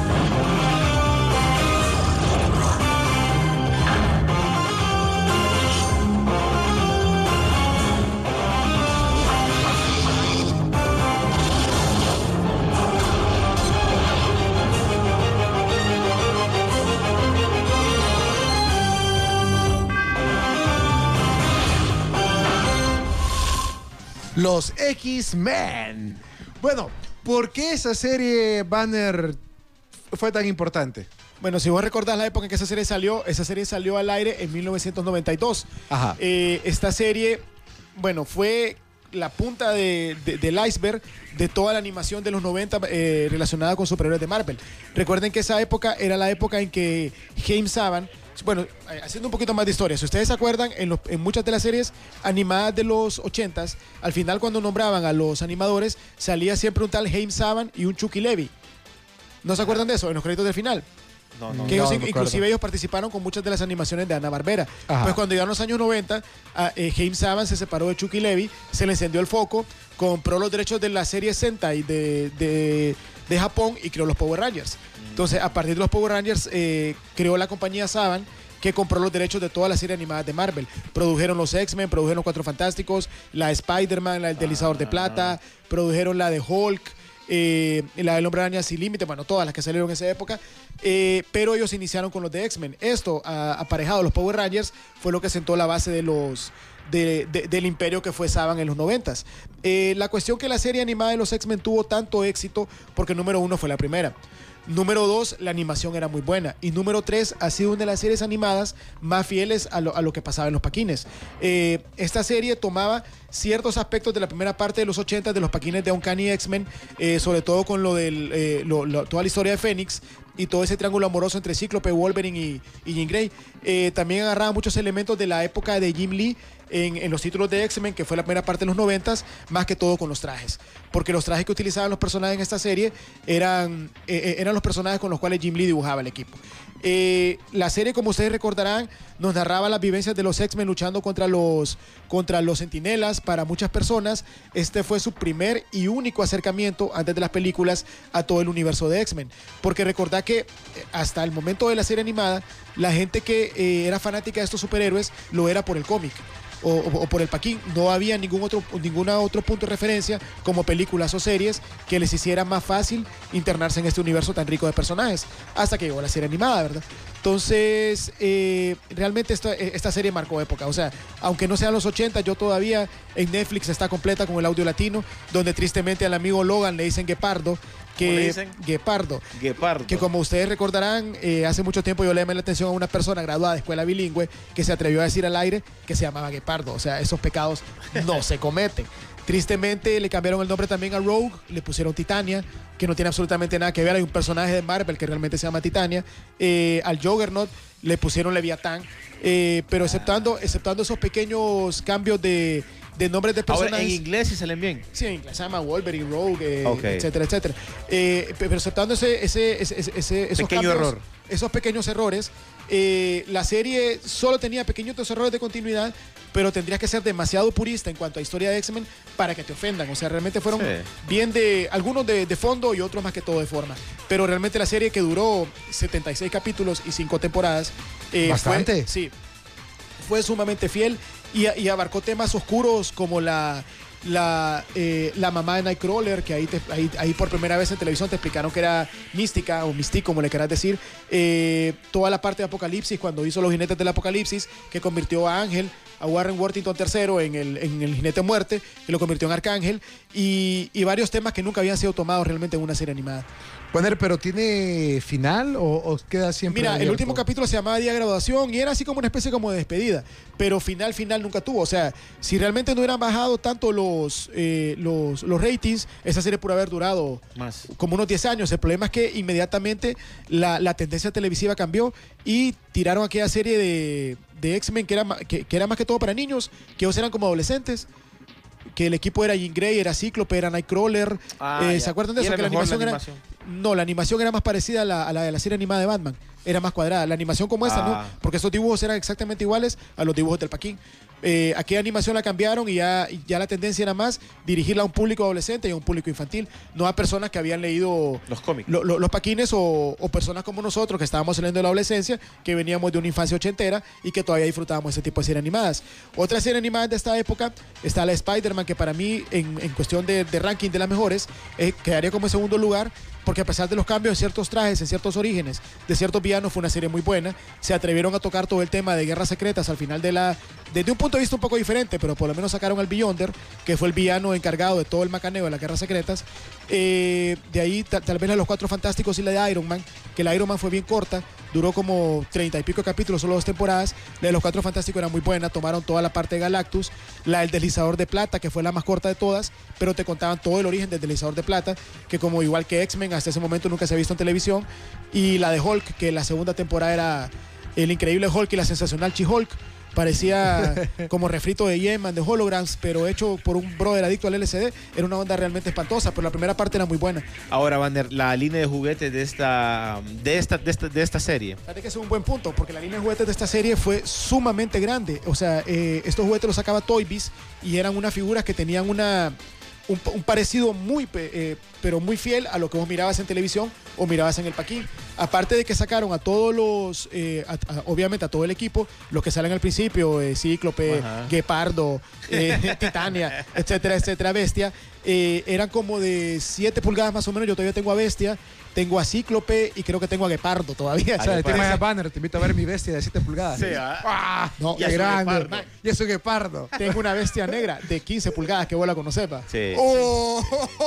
Los X-Men. Bueno, ¿por qué esa serie, Banner, fue tan importante? Bueno, si vos recordás la época en que esa serie salió, esa serie salió al aire en mil novecientos noventa y dos. Ajá. Eh, esta serie, bueno, fue la punta de, de, del iceberg de toda la animación de los noventa eh, relacionada con superhéroes de Marvel. Recuerden que esa época era la época en que James Saban, bueno, haciendo un poquito más de historia, si ustedes se acuerdan, en, los, en muchas de las series animadas de los ochentas, al final cuando nombraban a los animadores, salía siempre un tal James Saban y un Chucky Levy. ¿No se acuerdan de eso? En los créditos del final. No, no. Que ellos, No, no me inclusive acuerdo. ellos participaron con muchas de las animaciones de Hanna-Barbera. Ajá. Pues cuando llegaron los años noventa, a, eh, James Saban se separó de Chucky Levy, se le encendió el foco, compró los derechos de la serie Sentai de, de, de Japón y creó los Power Rangers. Entonces, a partir de los Power Rangers, eh, creó la compañía Saban, que compró los derechos de toda la serie animada de Marvel. Produjeron los X-Men, produjeron los Cuatro Fantásticos, la Spider-Man, la del Deslizador de Plata, produjeron la de Hulk, eh, la del Hombre Araña Sin Límite, bueno, todas las que salieron en esa época, eh, pero ellos iniciaron con los de X-Men. Esto, a, aparejado a los Power Rangers, fue lo que sentó la base de los... De, de, del imperio que fue Saban en los noventas. Eh, la cuestión que la serie animada de los X-Men tuvo tanto éxito porque número uno fue la primera. Número dos, la animación era muy buena. Y número tres, ha sido una de las series animadas más fieles a lo, a lo que pasaba en los paquines. Eh, esta serie tomaba ciertos aspectos de la primera parte de los ochenta de los paquines de Uncanny X-Men, eh, sobre todo con lo del eh, lo, lo, toda la historia de Fénix y todo ese triángulo amoroso entre Cíclope, Wolverine y, y Jean Grey. Eh, también agarraba muchos elementos de la época de Jim Lee en, en los títulos de X-Men, que fue la primera parte de los noventas, más que todo con los trajes. Porque los trajes que utilizaban los personajes en esta serie eran, eh, eran los personajes con los cuales Jim Lee dibujaba el equipo. Eh, la serie, como ustedes recordarán, nos narraba las vivencias de los X-Men luchando contra los, contra los Centinelas. Para muchas personas, este fue su primer y único acercamiento antes de las películas a todo el universo de X-Men. Porque recordad que hasta el momento de la serie animada, la gente que eh, era fanática de estos superhéroes lo era por el cómic. O, o, o por el paquín. No había ningún otro, ningún otro punto de referencia como películas o series que les hiciera más fácil internarse en este universo tan rico de personajes, hasta que llegó la serie animada, ¿verdad? Entonces, eh, realmente esta, esta serie marcó época. O sea, aunque no sean los ochenta, yo todavía en Netflix está completa con el audio latino, donde tristemente al amigo Logan le dicen Guepardo. Que, le dicen? Guepardo. Guepardo. Que como ustedes recordarán, eh, hace mucho tiempo yo le llamé la atención a una persona graduada de escuela bilingüe que se atrevió a decir al aire que se llamaba Guepardo. O sea, esos pecados no se cometen. Tristemente le cambiaron el nombre también a Rogue, le pusieron Titania, que no tiene absolutamente nada que ver. Hay un personaje de Marvel que realmente se llama Titania. Eh, al Juggernaut le pusieron Leviatán. Eh, pero exceptando, exceptando esos pequeños cambios de... de nombres de personajes. Ahora, en inglés sí salen bien. Sí, en inglés se llama Wolverine, Rogue, eh, Okay. etcétera, etcétera. Eh, pero aceptando ese, ese, ese, ese esos Pequeño cambios, error. esos pequeños errores, eh, la serie solo tenía pequeños errores de continuidad, pero tendrías que ser demasiado purista en cuanto a historia de X-Men para que te ofendan. O sea, realmente fueron Sí. bien de, algunos de, de fondo y otros más que todo de forma. Pero realmente la serie, que duró setenta y seis capítulos y cinco temporadas, eh, Bastante. Fue, sí, fue sumamente fiel y, y abarcó temas oscuros como la, la, eh, la mamá de Nightcrawler, que ahí, te, ahí, ahí por primera vez en televisión te explicaron que era mística o Mystique, como le quieras decir. Eh, toda la parte de Apocalipsis, cuando hizo los jinetes del Apocalipsis, que convirtió a Ángel, a Warren Worthington tercero en el, en el jinete muerte, que lo convirtió en Arcángel, y, y varios temas que nunca habían sido tomados realmente en una serie animada. Poner, pero ¿tiene final o, o queda siempre Mira, el abierto? último capítulo se llamaba Día de Graduación y era así como una especie como de despedida, pero final, final nunca tuvo. O sea, si realmente no hubieran bajado tanto los, eh, los, los ratings, esa serie pudo haber durado Más. como unos diez años. El problema es que inmediatamente la, la tendencia televisiva cambió y tiraron aquella serie de, de X-Men que era, ma- que, que era más que todo para niños, que ellos eran como adolescentes. Que el equipo era Jean Grey, era Cíclope, era Nightcrawler. Ah, eh, ya. ¿Se acuerdan de Y eso? era Que la mejor animación, la era. animación. No, la animación era más parecida a la, a la de la serie animada de Batman. Era más cuadrada. La animación como esta, Ah. ¿no? Porque esos dibujos eran exactamente iguales a los dibujos del Paquín. Eh, aquella animación la cambiaron y ya, y ya la tendencia era más dirigirla a un público adolescente y a un público infantil, no a personas que habían leído Los cómics. lo- lo- los paquines o, o personas como nosotros que estábamos saliendo de la adolescencia, que veníamos de una infancia ochentera y que todavía disfrutábamos ese tipo de series animadas. Otra serie animada de esta época está la Spider-Man, que para mí, en, en cuestión de, de ranking de las mejores, eh, quedaría como en segundo lugar, porque a pesar de los cambios en ciertos trajes, en ciertos orígenes, de ciertos villanos, fue una serie muy buena. Se atrevieron a tocar todo el tema de guerras secretas al final de la... Desde un punto de vista un poco diferente, pero por lo menos sacaron al Beyonder, que fue el villano encargado de todo el macaneo de las guerras secretas. Eh, de ahí ta- tal vez la de los Cuatro Fantásticos y la de Iron Man, que la Iron Man fue bien corta, duró como treinta y pico capítulos, solo dos temporadas. La de los Cuatro Fantásticos era muy buena, tomaron toda la parte de Galactus. La del Deslizador de Plata, que fue la más corta de todas, pero te contaban todo el origen del Deslizador de Plata, que como igual que X-Men, hasta ese momento nunca se ha visto en televisión. Y la de Hulk, que la segunda temporada era el increíble Hulk y la sensacional She-Hulk. Parecía como refrito de Yeman, de Holograms, pero hecho por un brother adicto al L S D. Era una onda realmente espantosa, pero la primera parte era muy buena. Ahora, Banner, la línea de juguetes de esta, de esta, de esta, de esta serie. Fíjate que ese es un buen punto, porque la línea de juguetes de esta serie fue sumamente grande. O sea, eh, estos juguetes los sacaba Toy Biz y eran unas figuras que tenían una, un, un parecido muy, pe- eh, pero muy fiel a lo que vos mirabas en televisión o mirabas en el Paquín. Aparte de que sacaron a todos los, eh, a- a- obviamente a todo el equipo, los que salen al principio, eh, Cíclope, Ajá. Guepardo, eh, Titania, etcétera, etcétera, Bestia. eh, eran como de siete pulgadas más o menos. Yo todavía tengo a Bestia, tengo a Cíclope y creo que tengo a Guepardo todavía. O sea, tienes a Banner, te invito a ver mi bestia de siete pulgadas. Sí, ¿ah? ¡Ah! No, ¡Qué y es un grande! guepardo. Y es un guepardo. Tengo una Bestia negra de quince pulgadas que vos la conocés, pa. Sí. ¡Oh!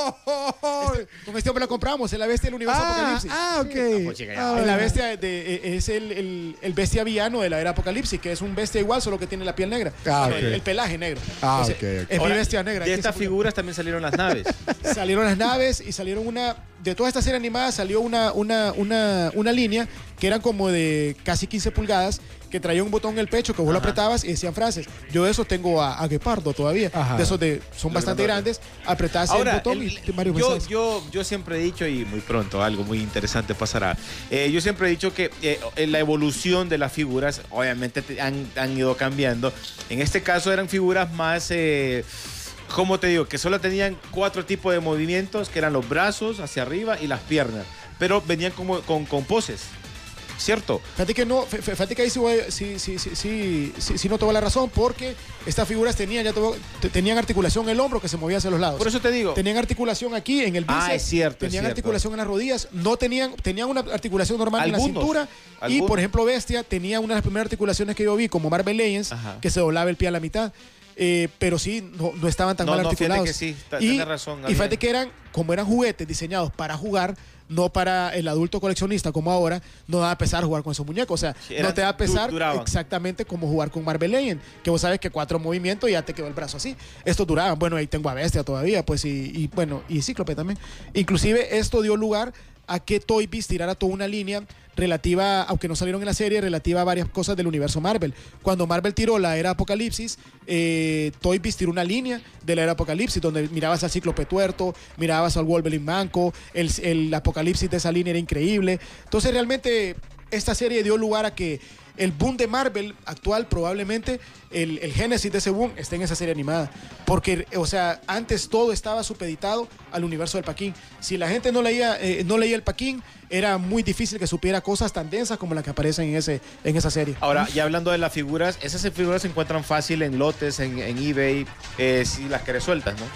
Este- con este hombre la compramos, es la Bestia del universo Ah, Apocalipsis. ah, ok. pues, chica, ya. Ah, Es la bestia de, de- es el, el, el bestia villano de la era Apocalipsis, que es un bestia igual, solo que tiene la piel negra. Ah, el, ok. el pelaje negro. Ah, Entonces, ok, ok. Es Ahora, mi bestia negra. De quince estas pulgadas. figuras también salieron las naves. Salieron las naves y salieron una. De toda esta serie animada salió una, una, una, una línea que eran como de casi quince pulgadas, que traía un botón en el pecho que vos lo Ajá. apretabas y decían frases. Yo de esos tengo a, a Guepardo todavía. Ajá. De esos de, son Los bastante grandotes. grandes. Apretás Ahora, el botón el- y te- varios yo, mensajes. yo, yo siempre he dicho, y muy pronto algo muy interesante pasará, eh, yo siempre he dicho que eh, la evolución de las figuras obviamente te- han, han ido cambiando. En este caso eran figuras más, eh, ¿cómo te digo? Que solo tenían cuatro tipos de movimientos, que eran los brazos hacia arriba y las piernas, pero venían como, con, con poses, ¿cierto? Fíjate que no, fí- fí- fíjate que ahí sí, voy- sí, sí, sí, sí, sí, sí no te voy a la razón, porque estas figuras tenían, ya te voy- te- tenían articulación en el hombro que se movía hacia los lados. Por eso te digo. Tenían articulación aquí en el bíceps. Ah, es cierto, es Tenían cierto. articulación en las rodillas. No tenían, tenían una articulación normal en Algunos, la cintura. Y algunos. por ejemplo, Bestia tenía una de las primeras articulaciones que yo vi, como Marvel Legends, Ajá. que se doblaba el pie a la mitad. Eh, pero sí, no, no estaban tan No, mal no, fíjate articulados. que sí, ta- y, tenés razón, y Gabriel. fíjate que eran, como eran juguetes diseñados para jugar, no para el adulto coleccionista como ahora, no va a pesar jugar con esos muñecos. O sea, Sí, no eran- te va a pesar du- duraban. exactamente como jugar con Marvel Legends, que vos sabes que cuatro movimientos y ya te quedó el brazo así. Estos duraban. Bueno, ahí tengo a Bestia todavía, pues, y, y, bueno, y Cíclope también. Inclusive esto dio lugar a que Toy Biz tirara toda una línea relativa, aunque no salieron en la serie, relativa a varias cosas del universo Marvel. Cuando Marvel tiró la era Apocalipsis, eh, Toy Biz tiró una línea de la era Apocalipsis, donde mirabas al Cíclope tuerto, mirabas al Wolverine manco, el, el Apocalipsis de esa línea era increíble. Entonces realmente esta serie dio lugar a que el boom de Marvel actual, probablemente el, el génesis de ese boom esté en esa serie animada. Porque, o sea, antes todo estaba supeditado al universo del Paquín. Si la gente no leía, eh, no leía el Paquín, era muy difícil que supiera cosas tan densas como las que aparecen en, ese, en esa serie. Ahora, ya hablando de las figuras, esas figuras se encuentran fácil en lotes, en, en eBay, eh, si las querés sueltas, ¿no?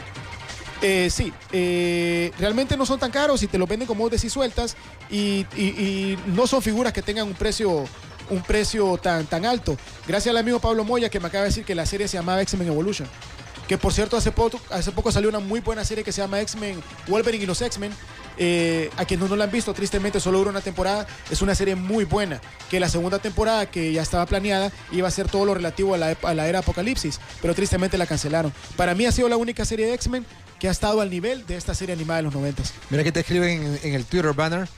Eh, sí, eh, realmente no son tan caros y te lo venden como vos decís sueltas y, y- y no son figuras que tengan un precio un precio tan, tan alto. Gracias al amigo Pablo Moya que me acaba de decir que la serie se llamaba X-Men Evolution. Que por cierto hace poco, hace poco salió una muy buena serie que se llama X-Men, Wolverine y los X-Men. Eh, a quienes no la han visto, tristemente solo dura una temporada. Es una serie muy buena. Que la segunda temporada, que ya estaba planeada, iba a ser todo lo relativo a la, ep- a la era Apocalipsis. Pero tristemente la cancelaron. Para mí ha sido la única serie de X-Men que ha estado al nivel de esta serie animada de los noventas. Mira que te escriben en, en el Twitter banner.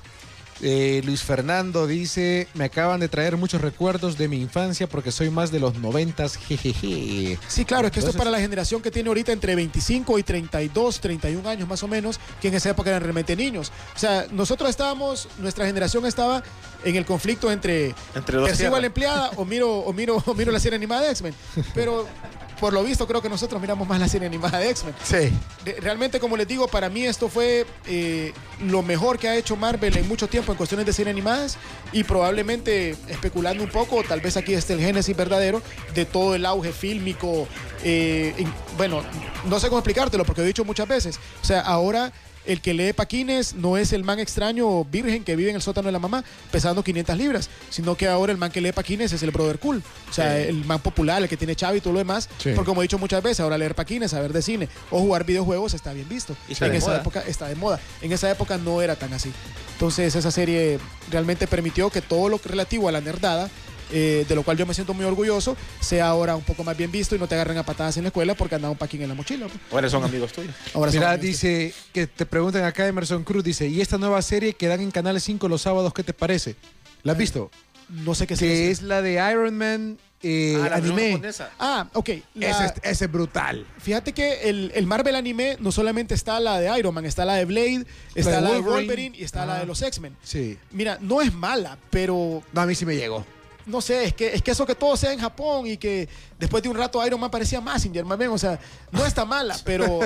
Eh, Luis Fernando dice: me acaban de traer muchos recuerdos de mi infancia porque soy más de los noventas, jejeje. Sí, claro, es que esto Entonces- es para la generación que tiene ahorita entre veinticinco y treinta y dos, treinta y un años más o menos, que en esa época eran realmente niños. O sea, nosotros estábamos, nuestra generación estaba en el conflicto entre, Entre dos persigo a la tierras. empleada o miro, o miro, o miro la serie animada de X-Men. Pero por lo visto creo que nosotros miramos más la serie animada de X-Men. Sí. De- Realmente, como les digo, para mí esto fue eh, lo mejor que ha hecho Marvel en mucho tiempo en cuestiones de serie animadas y probablemente especulando un poco, tal vez aquí esté el génesis verdadero de todo el auge fílmico. eh, en- bueno, no sé cómo explicártelo porque lo he dicho muchas veces. O sea, ahora el que lee paquines no es el man extraño virgen que vive en el sótano de la mamá pesando quinientas libras, sino que ahora el man que lee paquines es el brother cool. O sea, Sí. el man popular, el que tiene chavo y todo lo demás. Sí. Porque como he dicho muchas veces, ahora leer paquines, saber de cine o jugar videojuegos está bien visto. Y está en de esa moda. época está de moda. En esa época no era tan así. Entonces esa serie realmente permitió que todo lo relativo a la nerdada, eh, de lo cual yo me siento muy orgulloso, sea ahora un poco más bien visto y no te agarren a patadas en la escuela porque andaba un paquín en la mochila. pues. Ahora son amigos tuyos. Ahora son Mira, amigos. dice que te preguntan acá, Emerson Cruz dice: ¿y esta nueva serie que dan en Canal cinco los sábados, qué te parece? ¿La has visto? No sé qué Que serie es la de Iron Man eh, Ah, la versión anime. japonesa. Ah, ok. La- Ese, es- ese es brutal. Fíjate que el, el Marvel anime no solamente está la de Iron Man, está la de Blade, está de la de Wolverine. Wolverine y está la Ajá. de los X-Men. Sí. Mira, no es mala, pero No, a mí sí me llegó. no sé, es que, es que eso que todo sea en Japón y que después de un rato Iron Man parecía Mazinger, más bien, o sea, no está mala, pero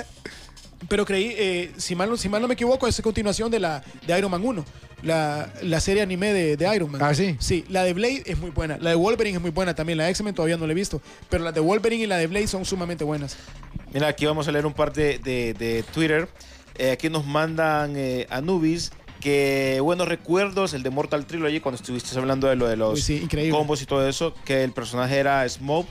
pero creí, eh, si, mal, no- si mal no me equivoco, es continuación de la de Iron Man uno, la, la serie anime de, de Iron Man. Ah, ¿sí? Sí, la de Blade es muy buena, la de Wolverine es muy buena también, la de X-Men todavía no la he visto, pero la de Wolverine y la de Blade son sumamente buenas. Mira, aquí vamos a leer un par de, de, de Twitter. Eh, aquí nos mandan eh, Anubis que buenos recuerdos, el de Mortal Trilogy, cuando estuviste hablando de lo de los Uy, sí, increíble. combos y todo eso, que el personaje era Smoke,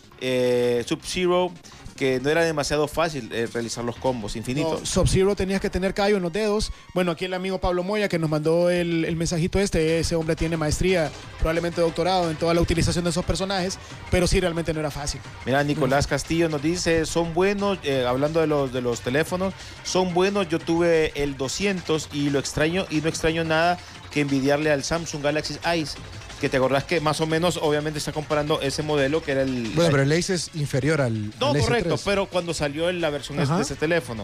eh, Sub-Zero, que no era demasiado fácil eh, realizar los combos infinitos. No, Sub-Zero tenías que tener callo en los dedos. Bueno, aquí el amigo Pablo Moya que nos mandó el, el mensajito este, ese hombre tiene maestría, probablemente doctorado en toda la utilización de esos personajes, pero sí realmente no era fácil. Mira, Nicolás Castillo nos dice, son buenos, eh, hablando de los, de los teléfonos, son buenos, yo tuve el doscientos y lo extraño, y no extraño nada que envidiarle al Samsung Galaxy Ace, que te acordás que más o menos obviamente está comparando ese modelo que era el... Bueno, pero el Ace es inferior al, No, al S correcto, tres. pero cuando salió en la versión Ajá. de ese teléfono.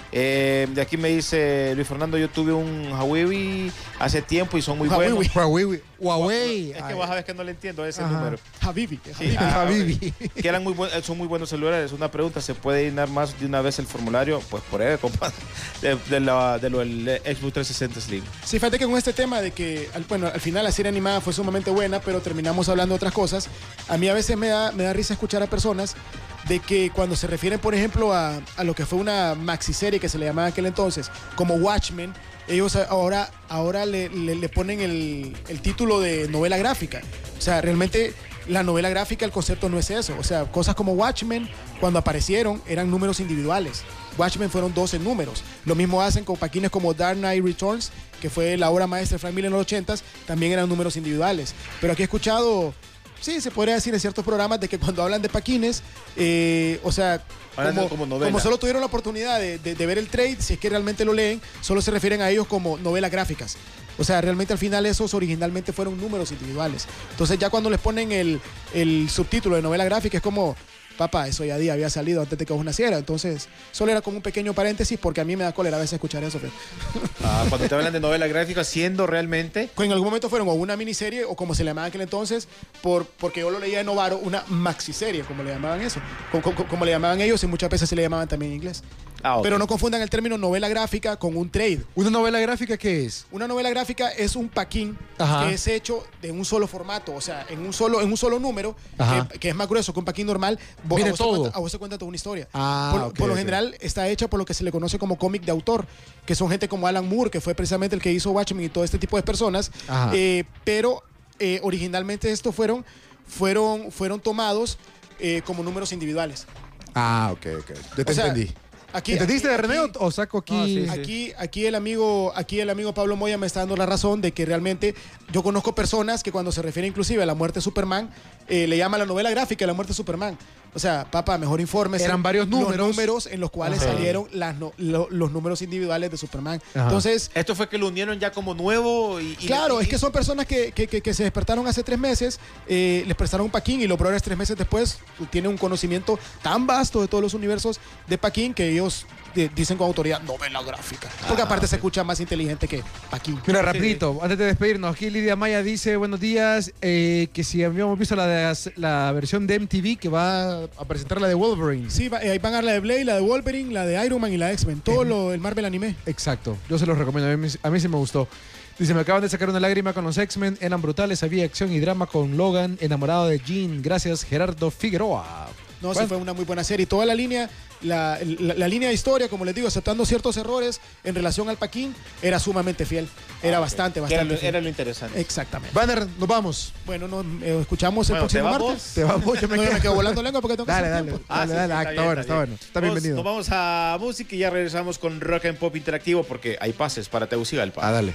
Eh, de aquí me dice Luis Fernando, yo tuve un Huawei hace tiempo y son muy Huawei. buenos. Huawei. Huawei. Es que Ay. vas a ver que no le entiendo ese Ajá. número. Habibi. Sí, Ah, ah, Habibi. que eran muy buen- son muy buenos celulares. Una pregunta, ¿se puede llenar más de una vez el formulario? Pues por ahí, compadre, de, de, la, de lo del Xbox trescientos sesenta Slim. Sí, fíjate que con este tema de que, al- bueno, al final la serie animada fue sumamente buena, pero terminamos hablando de otras cosas. A mí a veces me da, me da risa escuchar a personas de que cuando se refieren, por ejemplo, a, a lo que fue una maxi serie que se le llamaba en aquel entonces, como Watchmen, ellos ahora, ahora le, le- le ponen el, el título de novela gráfica. O sea, realmente la novela gráfica, el concepto no es eso. O sea, cosas como Watchmen, cuando aparecieron, eran números individuales. Watchmen fueron doce números. Lo mismo hacen con paquines como Dark Knight Returns, que fue la obra maestra de Frank Miller en los ochentas, también eran números individuales. Pero aquí he escuchado, sí, se podría decir en ciertos programas de que cuando hablan de paquines, eh, o sea, Hablan como, como novela. como solo tuvieron la oportunidad de, de- de ver el trade, si es que realmente lo leen, solo se refieren a ellos como novelas gráficas. O sea, realmente al final esos originalmente fueron números individuales. Entonces ya cuando les ponen el, el subtítulo de novela gráfica es como, papá, eso ya día había salido antes de que vos naciera. Entonces solo era como un pequeño paréntesis porque a mí me da cólera a veces escuchar eso. Pero Ah, cuando te hablan de novela gráfica, siendo realmente... en algún momento fueron o una miniserie o como se le llamaba en aquel entonces, por, porque yo lo leía en Novaro, una maxiserie, como le llamaban eso. Como, como- como le llamaban ellos y muchas veces se le llamaban también en inglés. Ah, ok. Pero no confundan el término novela gráfica con un trade. ¿Una novela gráfica qué es? Una novela gráfica es un paquín Ajá. que es hecho de un solo formato, o sea, en un solo, en un solo número, Ajá. que, que es más grueso que un paquín normal. Vos- Viene a vos te todo. cuenta- a vos se cuenta toda una historia. Ah, por ok, por lo ok. general está hecha por lo que se le conoce como cómic de autor, que son gente como Alan Moore, que fue precisamente el que hizo Watchmen y todo este tipo de personas. Ajá. Eh, pero eh, originalmente estos fueron, fueron, fueron tomados eh, como números individuales. Ah, ok, ok. Ya te O sea, entendí. Aquí, ¿Entendiste, aquí- René, o- o saco aquí? Ah, sí, sí. Aquí, aquí, el amigo, aquí el amigo Pablo Moya me está dando la razón de que realmente yo conozco personas que cuando se refiere inclusive a la muerte de Superman, eh, le llama la novela gráfica la muerte de Superman. O sea, papá, mejor infórmese. Eran varios números. Los números en los cuales Ajá. salieron las no- lo- los números individuales de Superman. Ajá. Entonces, Esto fue que lo unieron ya como nuevo y... y- claro, y- es que son personas que, que- que- que se despertaron hace tres meses, eh, les prestaron un paquín y lo probaron tres meses después. Tienen un conocimiento tan vasto de todos los universos de paquín que ellos eh, dicen con autoridad novela gráfica. Porque aparte se escucha más inteligente que paquín. Mira, rapidito, antes de despedirnos, aquí Lidia Maya dice, buenos días, eh, que si habíamos visto la, de- la versión de M T V que va a presentar la de Wolverine. Sí, va- eh, ahí van a dar la de Blade, la de Wolverine, la de Iron Man y la de X-Men. Todo lo, el Marvel anime. Exacto, yo se los recomiendo, a mí, a mí sí me gustó. Dice, me acaban de sacar una lágrima con los X-Men, eran brutales, había acción y drama con Logan, enamorado de Jean. Gracias, Gerardo Figueroa. No, sí Bueno. fue una muy buena serie. Y toda la línea, la, la- la línea de historia, como les digo, aceptando ciertos errores en relación al paquín, era sumamente fiel. Era bastante, que era, bastante lo, fiel. era lo interesante. Exactamente. Banner, nos vamos. Bueno, nos eh, escuchamos el Bueno, ¿te próximo vas martes. vos? Te vamos, yo me No, yo quedo. me quedo volando lengua porque tengo que Dale, hacer dale, tiempo. dale, sí, dale, está ah, bien, está bueno, está bien. bueno. Está Vamos- bienvenido. Nos vamos a música y ya regresamos con Rock and Pop Interactivo porque hay pases para Tegucigalpa. Ah, dale.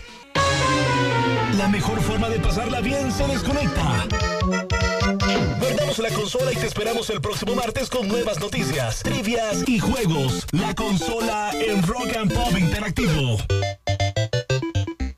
La mejor forma de pasarla bien se desconecta. Guardamos la consola y te esperamos el próximo martes con nuevas noticias, trivias y juegos. La consola en Rock and Pop Interactivo.